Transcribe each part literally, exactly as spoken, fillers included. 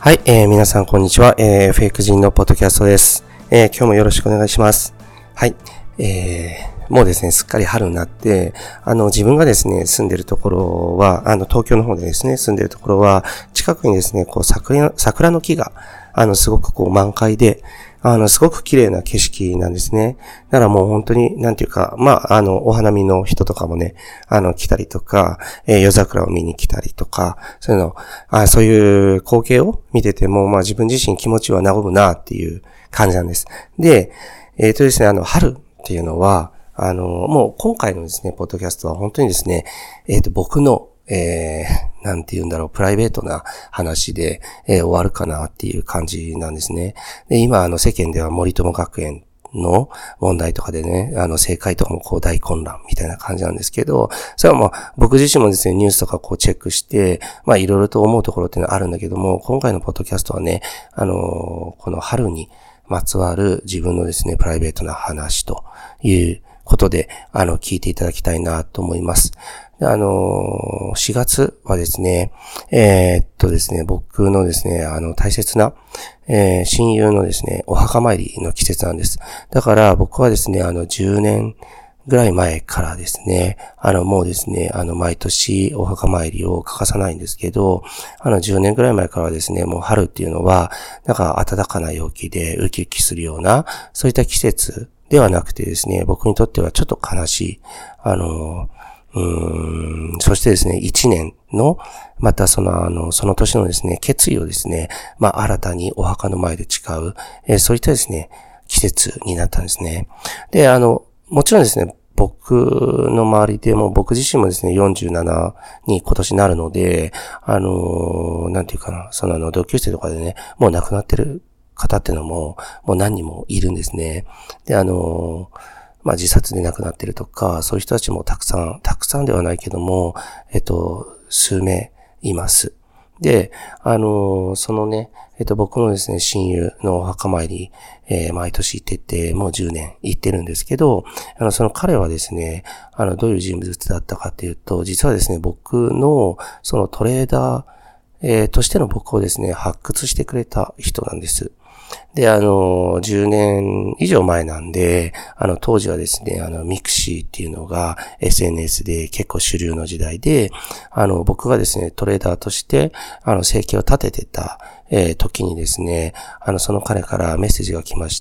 はい、えー、皆さんこんにちは、えー、フェイク人のポッドキャストです、えー、今日もよろしくお願いします。はい、えー、もうですね、すっかり春になって、あの、自分がですね、住んでるところは、あの、東京の方でですね、住んでるところは、近くにですね、こう、桜、桜の木が、あの、すごくこう、満開で、あの、すごく綺麗な景色なんですね。だからもう本当に、なんていうか、まあ、あの、お花見の人とかもね、あの、来たりとか、えー、夜桜を見に来たりとか、そういうの、あそういう光景を見てても、まあ自分自身気持ちは和むなっていう感じなんです。で、えっとですね、あの、春っていうのは、あの、もう今回のですね、ポッドキャストは本当にですね、えっと、僕の、えー、なんて言うんだろう、プライベートな話で、えー、終わるかなっていう感じなんですね。で、今、あの、世間では森友学園の問題とかでね、あの、政界とかもこう大混乱みたいな感じなんですけど、それはまあ、僕自身もですね、ニュースとかこうチェックして、まあ、いろいろと思うところっていうのはあるんだけども、今回のポッドキャストはね、あの、この春にまつわる自分のですね、プライベートな話ということで、あの、聞いていただきたいなと思います。あの、しがつはですね、えー、っとですね、僕のですね、あの、大切な、えー、親友のですね、お墓参りの季節なんです。だから僕はですね、あの、じゅうねんぐらい前からですね、あの、もうですね、あの、毎年お墓参りを欠かさないんですけど、あの、じゅうねんぐらい前からですね、もう春っていうのは、なんか暖かな陽気でウキウキするような、そういった季節ではなくてですね、僕にとってはちょっと悲しい、あの、うーん、そしてですね、一年の、またその、あの、その年のですね、決意をですね、まあ、新たにお墓の前で誓う、えー、そういったですね、季節になったんですね。で、あの、もちろんですね、僕の周りでも、僕自身もですね、よんじゅうななに今年なるので、あの、なんていうかな、そのあの、同級生とかでね、もう亡くなってる方っていうのも、もう何人もいるんですね。で、あの、まあ自殺で亡くなってるとか、そういう人たちもたくさん、たくさんではないけども、えっと、数名います。で、あの、そのね、えっと、僕のですね、親友のお墓参り、えー、毎年行ってて、もうじゅうねん行ってるんですけど、あの、その彼はですね、あの、どういう人物だったかっていうと、実はですね、僕の、そのトレーダー、えー、としての僕をですね、発掘してくれた人なんです。で、あの、じゅうねん以上前なんで、あの、当時はですね、あの、ミクシーっていうのが エスエヌエス で結構主流の時代で、あの、僕がですね、トレーダーとして、あの、生計を立ててた、えー、時にですね、あの、その彼からメッセージが来まして、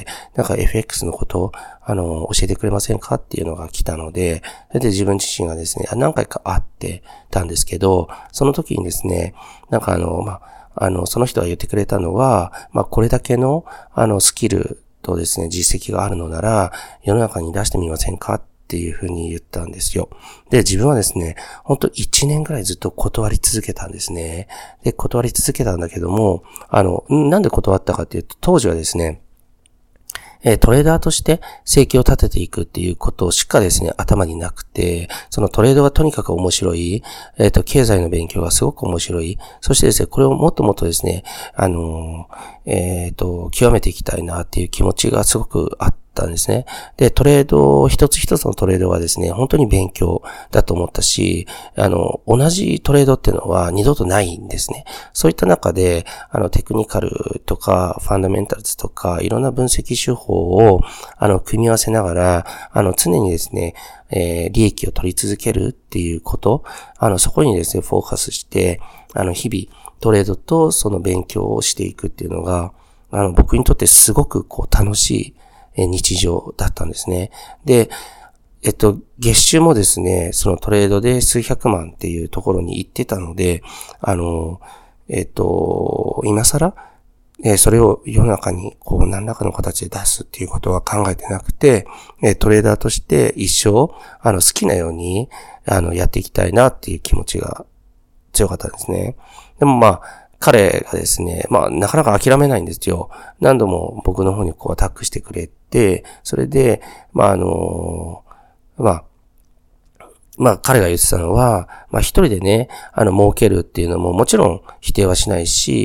なんか エフエックス のことを、あの、教えてくれませんかっていうのが来たので、それで自分自身がですね、何回か会ってたんですけど、その時にですね、なんかあの、まあ、あの、その人が言ってくれたのは、まあ、これだけの、あの、スキルとですね、実績があるのなら、世の中に出してみませんかっていうふうに言ったんですよ。で、自分はですね、ほんといちねんぐらいずっと断り続けたんですね。で、断り続けたんだけども、あの、なんで断ったかっていうと、当時はですね、トレーダーとして生計を立てていくっていうことしかですね、頭になくて、そのトレードがとにかく面白い、えっと、経済の勉強がすごく面白い、そしてですね、これをもっともっとですね、あの、えっと、極めていきたいなっていう気持ちがすごくあったんですね。で、トレード、一つ一つのトレードはですね、本当に勉強だと思ったし、あの、同じトレードっていうのは二度とないんですね。そういった中で、あの、テクニカルとか、ファンダメンタルズとか、いろんな分析手法を、あの、組み合わせながら、あの、常にですね、えー、利益を取り続けるっていうこと、あの、そこにですね、フォーカスして、あの、日々、トレードとその勉強をしていくっていうのが、あの、僕にとってすごくこう、楽しい日常だったんですね。で、えっと、月収もですね、そのトレードで数百万っていうところに行ってたので、あの、えっと、今更、えー、それを世の中にこう何らかの形で出すっていうことは考えてなくて、えー、トレーダーとして一生あの好きなようにあのやっていきたいなっていう気持ちが強かったんですね。でもまあ彼がですね、まあなかなか諦めないんですよ。何度も僕の方にこうアタックしてくれて、それでまああのまあまあ彼が言ってたのは、まあ一人でね、あの儲けるっていうのももちろん否定はしないし、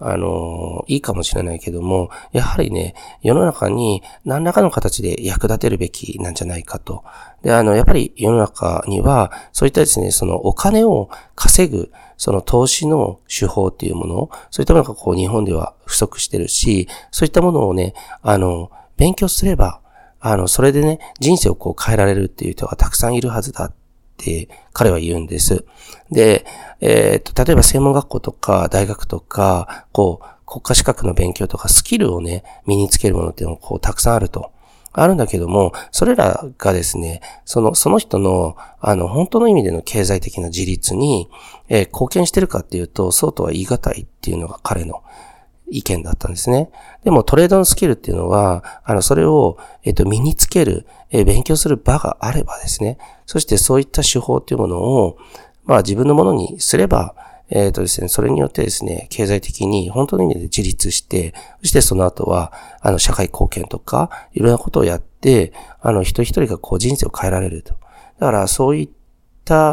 あの、いいかもしれないけども、やはりね、世の中に何らかの形で役立てるべきなんじゃないかと。で、あの、やっぱり世の中には、そういったですね、そのお金を稼ぐ、その投資の手法っていうもの、そういったものがこう日本では不足してるし、そういったものをね、あの、勉強すれば、あの、それでね、人生をこう変えられるっていう人がたくさんいるはずだって彼は言うんです。で、えっと、例えば専門学校とか大学とか、こう、国家資格の勉強とかスキルをね、身につけるものっていうのもこうたくさんあると。あるんだけども、それらがですね、その、その人の、あの、本当の意味での経済的な自立に、えー、貢献してるかっていうと、そうとは言い難いっていうのが彼の意見だったんですね。でもトレードのスキルっていうのは、あの、それを、えっと、身につける、えー、勉強する場があればですね、そしてそういった手法っていうものを、まあ自分のものにすれば、えっとですね、それによってですね、経済的に本当の意味で自立して、そしてその後は、あの、社会貢献とか、いろんなことをやって、あの、一人一人がこう人生を変えられると。だからそういった、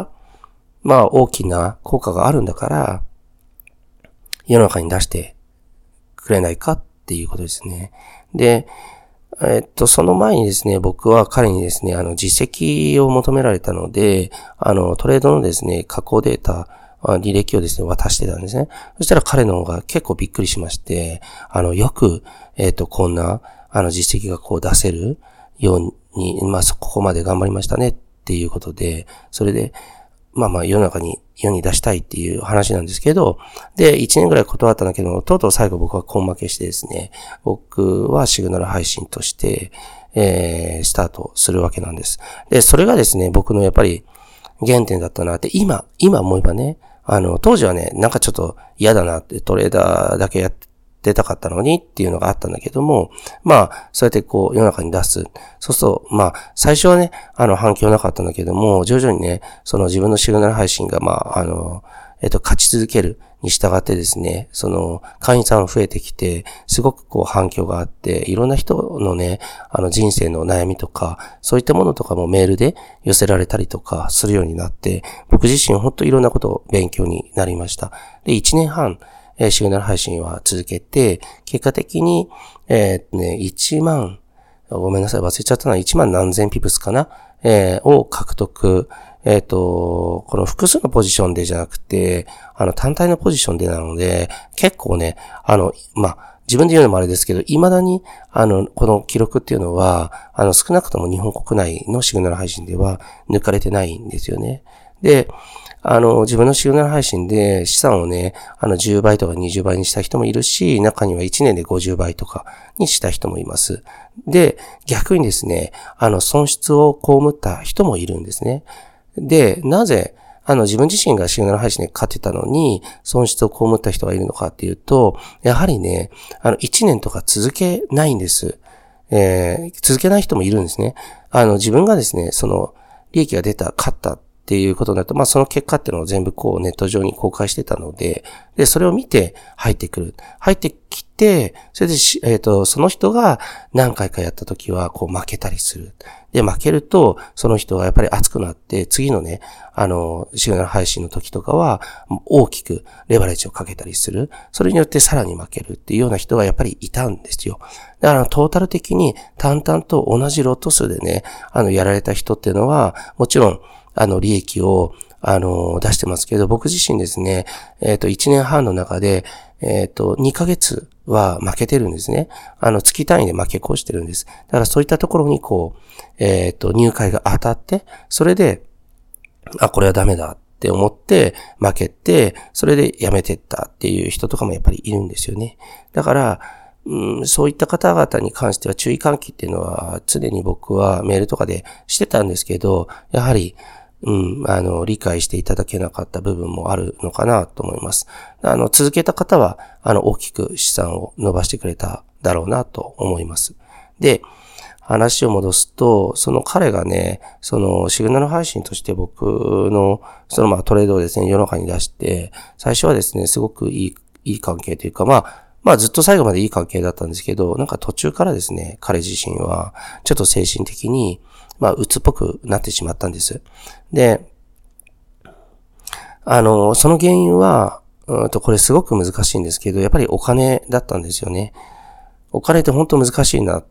まあ大きな効果があるんだから、世の中に出してくれないかっていうことですね。で、えっと、その前にですね、僕は彼にですね、あの、実績を求められたので、あの、トレードのですね、加工データ、履歴をですね、渡してたんですね。そしたら彼の方が結構びっくりしまして、あの、よく、えっと、こんな、あの、実績がこう出せるように、まあ、ここまで頑張りましたねっていうことで、それで、まあまあ世の中に世に出したいっていう話なんですけど、で、いちねんぐらい断ったんだけど、とうとう最後僕は根負けしてですね、僕はシグナル配信として、えー、スタートするわけなんです。で、それがですね、僕のやっぱり原点だったなって、今、今思えばね、あの、当時はね、なんかちょっと嫌だなって、トレーダーだけやって出たかったのにっていうのがあったんだけども、まあ、そうやってこう世の中に出す。そうすると、まあ、最初はね、あの反響なかったんだけども、徐々にね、その自分のシグナル配信が、まあ、あの、えっと、勝ち続けるに従ってですね、その、会員さんが増えてきて、すごくこう反響があって、いろんな人のね、あの人生の悩みとか、そういったものとかもメールで寄せられたりとかするようになって、僕自身本当いろんなことを勉強になりました。で、いちねんはん、えー、シグナル配信は続けて、結果的に、えー、っとね、いちまん、ごめんなさい、忘れちゃったな、いちまん何千ピプスかな、えー、を獲得、えっと、この複数のポジションでじゃなくて、あの、単体のポジションでなので、結構ね、あの、まあ、自分で言うのもあれですけど、未だに、あの、この記録っていうのは、あの、少なくとも日本国内のシグナル配信では抜かれてないんですよね。で、あの、自分のシグナル配信で資産をね、あの、じゅうばいとかにじゅうばいにした人もいるし、中にはいちねんでごじゅうばいとかにした人もいます。で、逆にですね、あの、損失を被った人もいるんですね。で、なぜ、あの、自分自身がシグナル配信で勝てたのに、損失を被った人がいるのかっていうと、やはりね、あの、いちねんとか続けないんです。えー、続けない人もいるんですね。あの、自分がですね、その、利益が出た、勝った、っていうことになると、まあその結果っていうのを全部こうネット上に公開してたので、で、それを見て入ってくる。入ってきて、それでし、えっと、その人が何回かやった時はこう負けたりする。で、負けると、その人がやっぱり熱くなって、次のね、あの、シグナル配信の時とかは、大きくレバレッジをかけたりする。それによってさらに負けるっていうような人がやっぱりいたんですよ。だからトータル的に淡々と同じロット数でね、あの、やられた人っていうのは、もちろん、あの、利益を、あの、出してますけど、僕自身ですね、えっと、いちねんはんの中で、えっと、にかげつは負けてるんですね。あの、月単位で負け越してるんです。だからそういったところにこう、えっと、入会が当たって、それで、あ、これはダメだって思って負けて、それでやめてったっていう人とかもやっぱりいるんですよね。だから、うん、そういった方々に関しては注意喚起っていうのは常に僕はメールとかでしてたんですけど、やはり、うん、あの、理解していただけなかった部分もあるのかなと思います。あの、続けた方は、あの、大きく資産を伸ばしてくれただろうなと思います。で、話を戻すと、その彼がね、そのシグナル配信として僕の、そのまあトレードをですね、世の中に出して、最初はですね、すごくいい、いい関係というか、まあ、まあずっと最後までいい関係だったんですけど、なんか途中からですね、彼自身は、ちょっと精神的に、まあ、鬱っぽくなってしまったんです。で、あの、その原因は、 うんと、これすごく難しいんですけど、やっぱりお金だったんですよね。お金って本当難しいなって、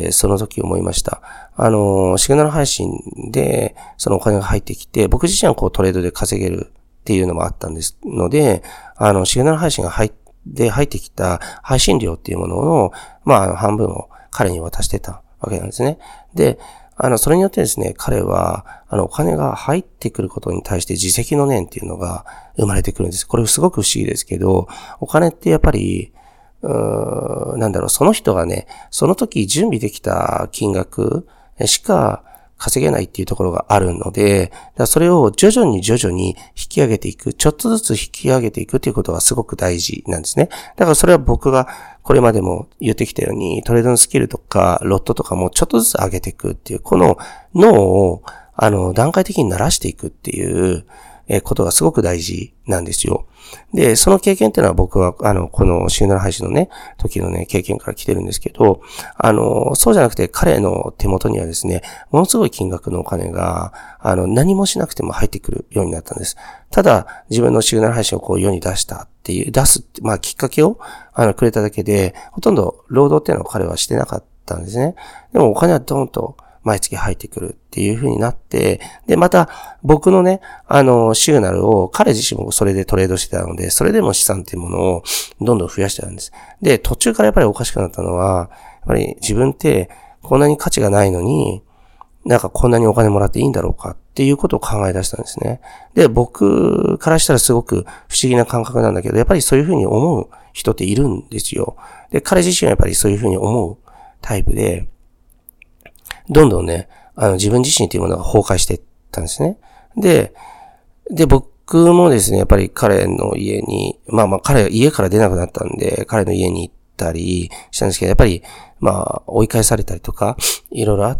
その時思いました。あの、シグナル配信で、そのお金が入ってきて、僕自身はこうトレードで稼げるっていうのもあったんですので、あの、シグナル配信が入って、で入ってきた配信料っていうものの、まあ、半分を彼に渡してたわけなんですね。で、あの、それによってですね、彼は、あの、お金が入ってくることに対して自責の念っていうのが生まれてくるんです。これすごく不思議ですけど、お金ってやっぱり、うーん、なんだろう、その人がね、その時準備できた金額しか稼げないっていうところがあるので、だからそれを徐々に徐々に引き上げていく、ちょっとずつ引き上げていくっていうことがすごく大事なんですね。だからそれは僕がこれまでも言ってきたように、トレードのスキルとか、ロットとかもちょっとずつ上げていくっていう、この脳を、あの、段階的に慣らしていくっていう、え、ことがすごく大事なんですよ。で、その経験っていうのは僕は、あの、このシグナル配信のね、時のね、経験から来てるんですけど、あの、そうじゃなくて彼の手元にはですね、ものすごい金額のお金が、あの、何もしなくても入ってくるようになったんです。ただ、自分のシグナル配信をこう世に出したっていう、出す、まあ、きっかけを、あの、くれただけで、ほとんど労働っていうのを彼はしてなかったんですね。でもお金はドーンと、毎月入ってくるっていう風になって、で、また、僕のね、あの、シグナルを、彼自身もそれでトレードしてたので、それでも資産っていうものをどんどん増やしてたんです。で、途中からやっぱりおかしくなったのは、やっぱり自分ってこんなに価値がないのに、なんかこんなにお金もらっていいんだろうかっていうことを考え出したんですね。で、僕からしたらすごく不思議な感覚なんだけど、やっぱりそういう風に思う人っているんですよ。で、彼自身はやっぱりそういう風に思うタイプで、どんどんね、あの自分自身というものが崩壊していったんですね。で、で、僕もですね、やっぱり彼の家に、まあまあ彼は家から出なくなったんで、彼の家に行ったりしたんですけど、やっぱり、まあ、追い返されたりとか、いろいろあって、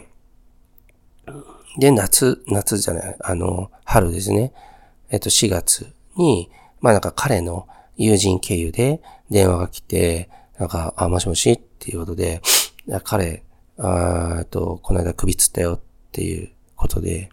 で、夏、夏じゃない、あの、春ですね。えっと、しがつに、まあなんか彼の友人経由で電話が来て、なんか、あ、もしもしっていうことで、彼、あーと、この間首つったよっていうことで。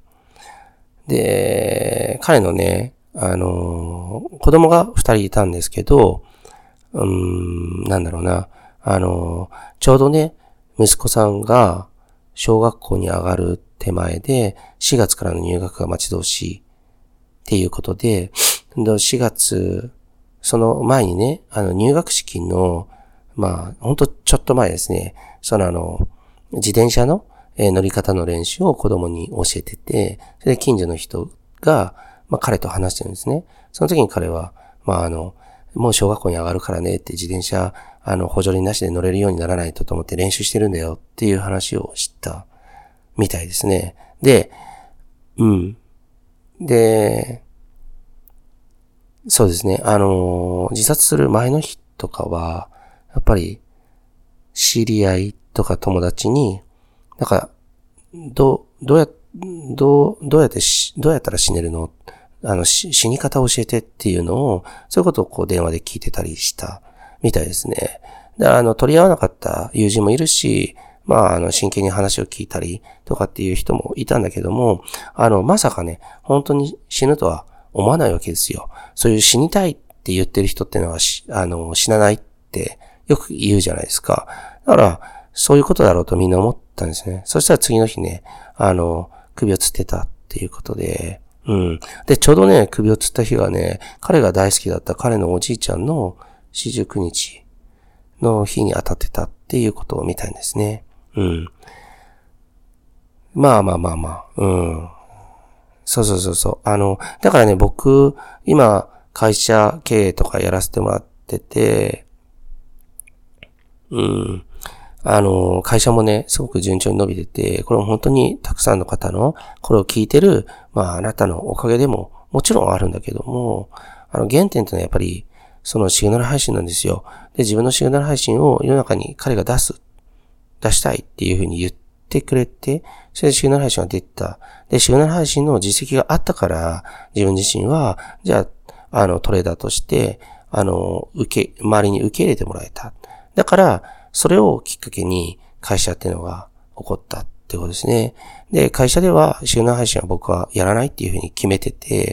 で、彼のね、あのー、子供が二人いたんですけど、うーん、なんだろうな、あのー、ちょうどね、息子さんが小学校に上がる手前で、しがつからの入学が待ち遠しいっていうことで、しがつ、その前にね、あの、入学式の、まあ、ほんとちょっと前ですね、そのあの、自転車の乗り方の練習を子供に教えてて、それで近所の人が、まあ彼と話してるんですね。その時に彼は、まああの、もう小学校に上がるからねって自転車、あの、補助輪なしで乗れるようにならないとと思って練習してるんだよっていう話を知ったみたいですね。で、うん。で、そうですね。あの、自殺する前の日とかは、やっぱり、知り合いとか友達に、なんか、どう、どうや、どう、どうやってし、どうやったら死ねるの？あの、し、死に方を教えてっていうのを、そういうことをこう電話で聞いてたりしたみたいですね。で、あの、取り合わなかった友人もいるし、まあ、あの、真剣に話を聞いたりとかっていう人もいたんだけども、あの、まさかね、本当に死ぬとは思わないわけですよ。そういう死にたいって言ってる人っていうのはし、あの、死なないってよく言うじゃないですか。だから、そういうことだろうとみんな思ったんですね。そしたら次の日ね、あの、首をつってたっていうことで、うん。で、ちょうどね、首をつった日がね、彼が大好きだった彼のおじいちゃんの四十九日の日に当たってたっていうことを見たんですね。うん。まあまあまあまあ、うん。そうそうそうそう。あの、だからね、僕、今、会社経営とかやらせてもらってて、うん。あの、会社もね、すごく順調に伸びてて、これも本当にたくさんの方の、これを聞いてる、まあ、あなたのおかげでも、もちろんあるんだけども、あの、原点っていうのはやっぱり、そのシグナル配信なんですよ。で、自分のシグナル配信を世の中に彼が出す、出したいっていうふうに言ってくれて、それでシグナル配信が出た。で、シグナル配信の実績があったから、自分自身は、じゃあ、あの、トレーダーとして、あの、受け、周りに受け入れてもらえた。だから、それをきっかけに会社っていうのが起こったってことですね。で、会社ではシグナル配信は僕はやらないっていうふうに決めてて、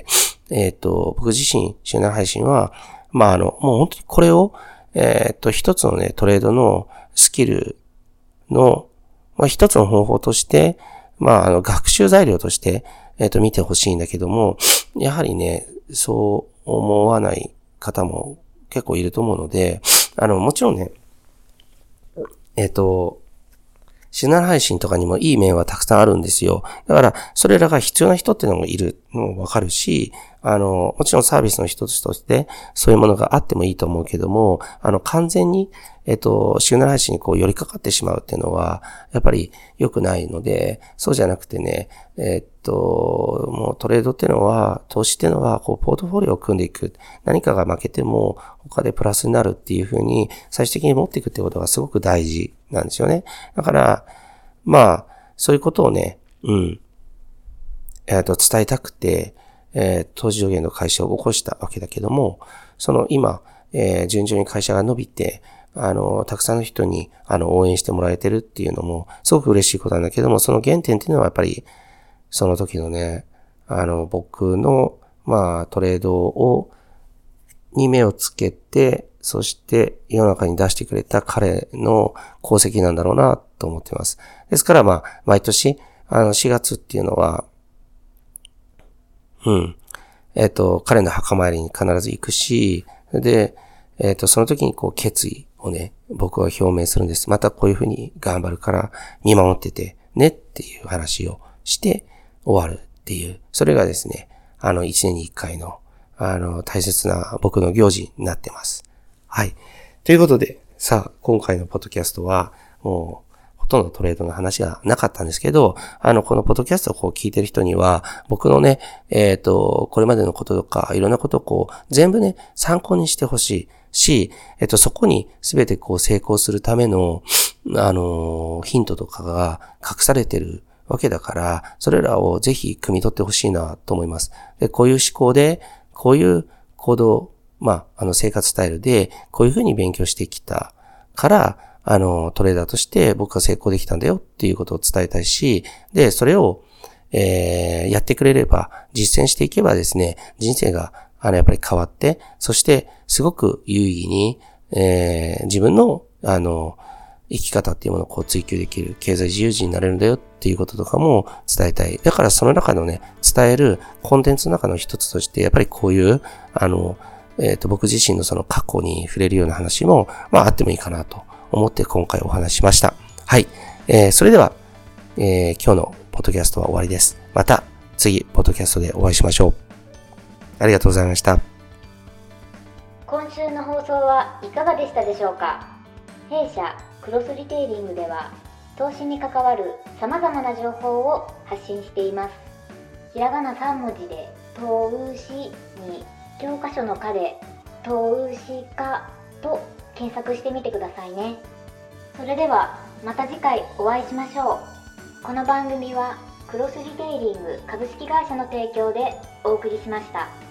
えっと、僕自身、週なな配信は、まあ、あの、もう本当にこれを、えっと、一つのね、トレードのスキルの、まあ、一つの方法として、まあ、あの、学習材料として、えっと、見てほしいんだけども、やはりね、そう思わない方も結構いると思うので、あの、もちろんね、えっと、週なな配信とかにもいい面はたくさんあるんですよ。だから、それらが必要な人っていうのもいるのもわかるし、あの、もちろんサービスの一つとして、そういうものがあってもいいと思うけども、あの、完全に、えっと、週なな配信にこう寄りかかってしまうっていうのは、やっぱり良くないので、そうじゃなくてね、えっと、もうトレードっていうのは、投資っていうのは、こう、ポートフォリオを組んでいく。何かが負けても、他でプラスになるっていう風に、最終的に持っていくってことがすごく大事なんですよね。だから、まあ、そういうことをね、うん、えっと、伝えたくて、えー、投資助言の会社を起こしたわけだけども、その今、えー、順々に会社が伸びて、あの、たくさんの人に、あの、応援してもらえてるっていうのも、すごく嬉しいことなんだけども、その原点っていうのはやっぱり、その時のね、あの、僕の、まあ、トレードを、に目をつけて、そして世の中に出してくれた彼の功績なんだろうなと思っています。ですからまあ、毎年、あの、しがつっていうのは、うん、えっと、彼の墓参りに必ず行くし、で、えっと、その時にこう決意をね、僕は表明するんです。またこういうふうに頑張るから見守っててねっていう話をして終わるっていう、それがですね、あの、一年に一回の、あの、大切な僕の行事になってます。はい。ということで、さあ、今回のポッドキャストは、もう、ほとんどトレードの話がなかったんですけど、あの、このポッドキャストをこう聞いてる人には、僕のね、えっと、これまでのこととか、いろんなことをこう、全部ね、参考にしてほしいし、えっと、そこに全てこう成功するための、あの、ヒントとかが隠されてるわけだから、それらをぜひ汲み取ってほしいなと思います。で、こういう思考で、こういう行動、まあ、あの生活スタイルで、こういうふうに勉強してきたから、あの、トレーダーとして僕が成功できたんだよっていうことを伝えたいし、で、それを、えー、やってくれれば、実践していけばですね、人生が、あの、やっぱり変わって、そして、すごく有意義に、えー、自分の、あの、生き方っていうものをこう追求できる、経済自由人になれるんだよっていうこととかも伝えたい。だからその中のね、伝えるコンテンツの中の一つとして、やっぱりこういう、あの、えっと、僕自身のその過去に触れるような話も、まああってもいいかなと思って今回お話ししました。はい。えー、それでは、えー、今日のポッドキャストは終わりです。また次、ポッドキャストでお会いしましょう。ありがとうございました。 今週の放送はいかがでしたでしょうか。弊社クロスリテイリングでは投資に関わる様々な情報を発信しています。ひらがなさん文字で投資に教科書の科で投資家と検索してみてくださいね。それではまた次回お会いしましょう。この番組はクロスリテイリング株式会社の提供でお送りしました。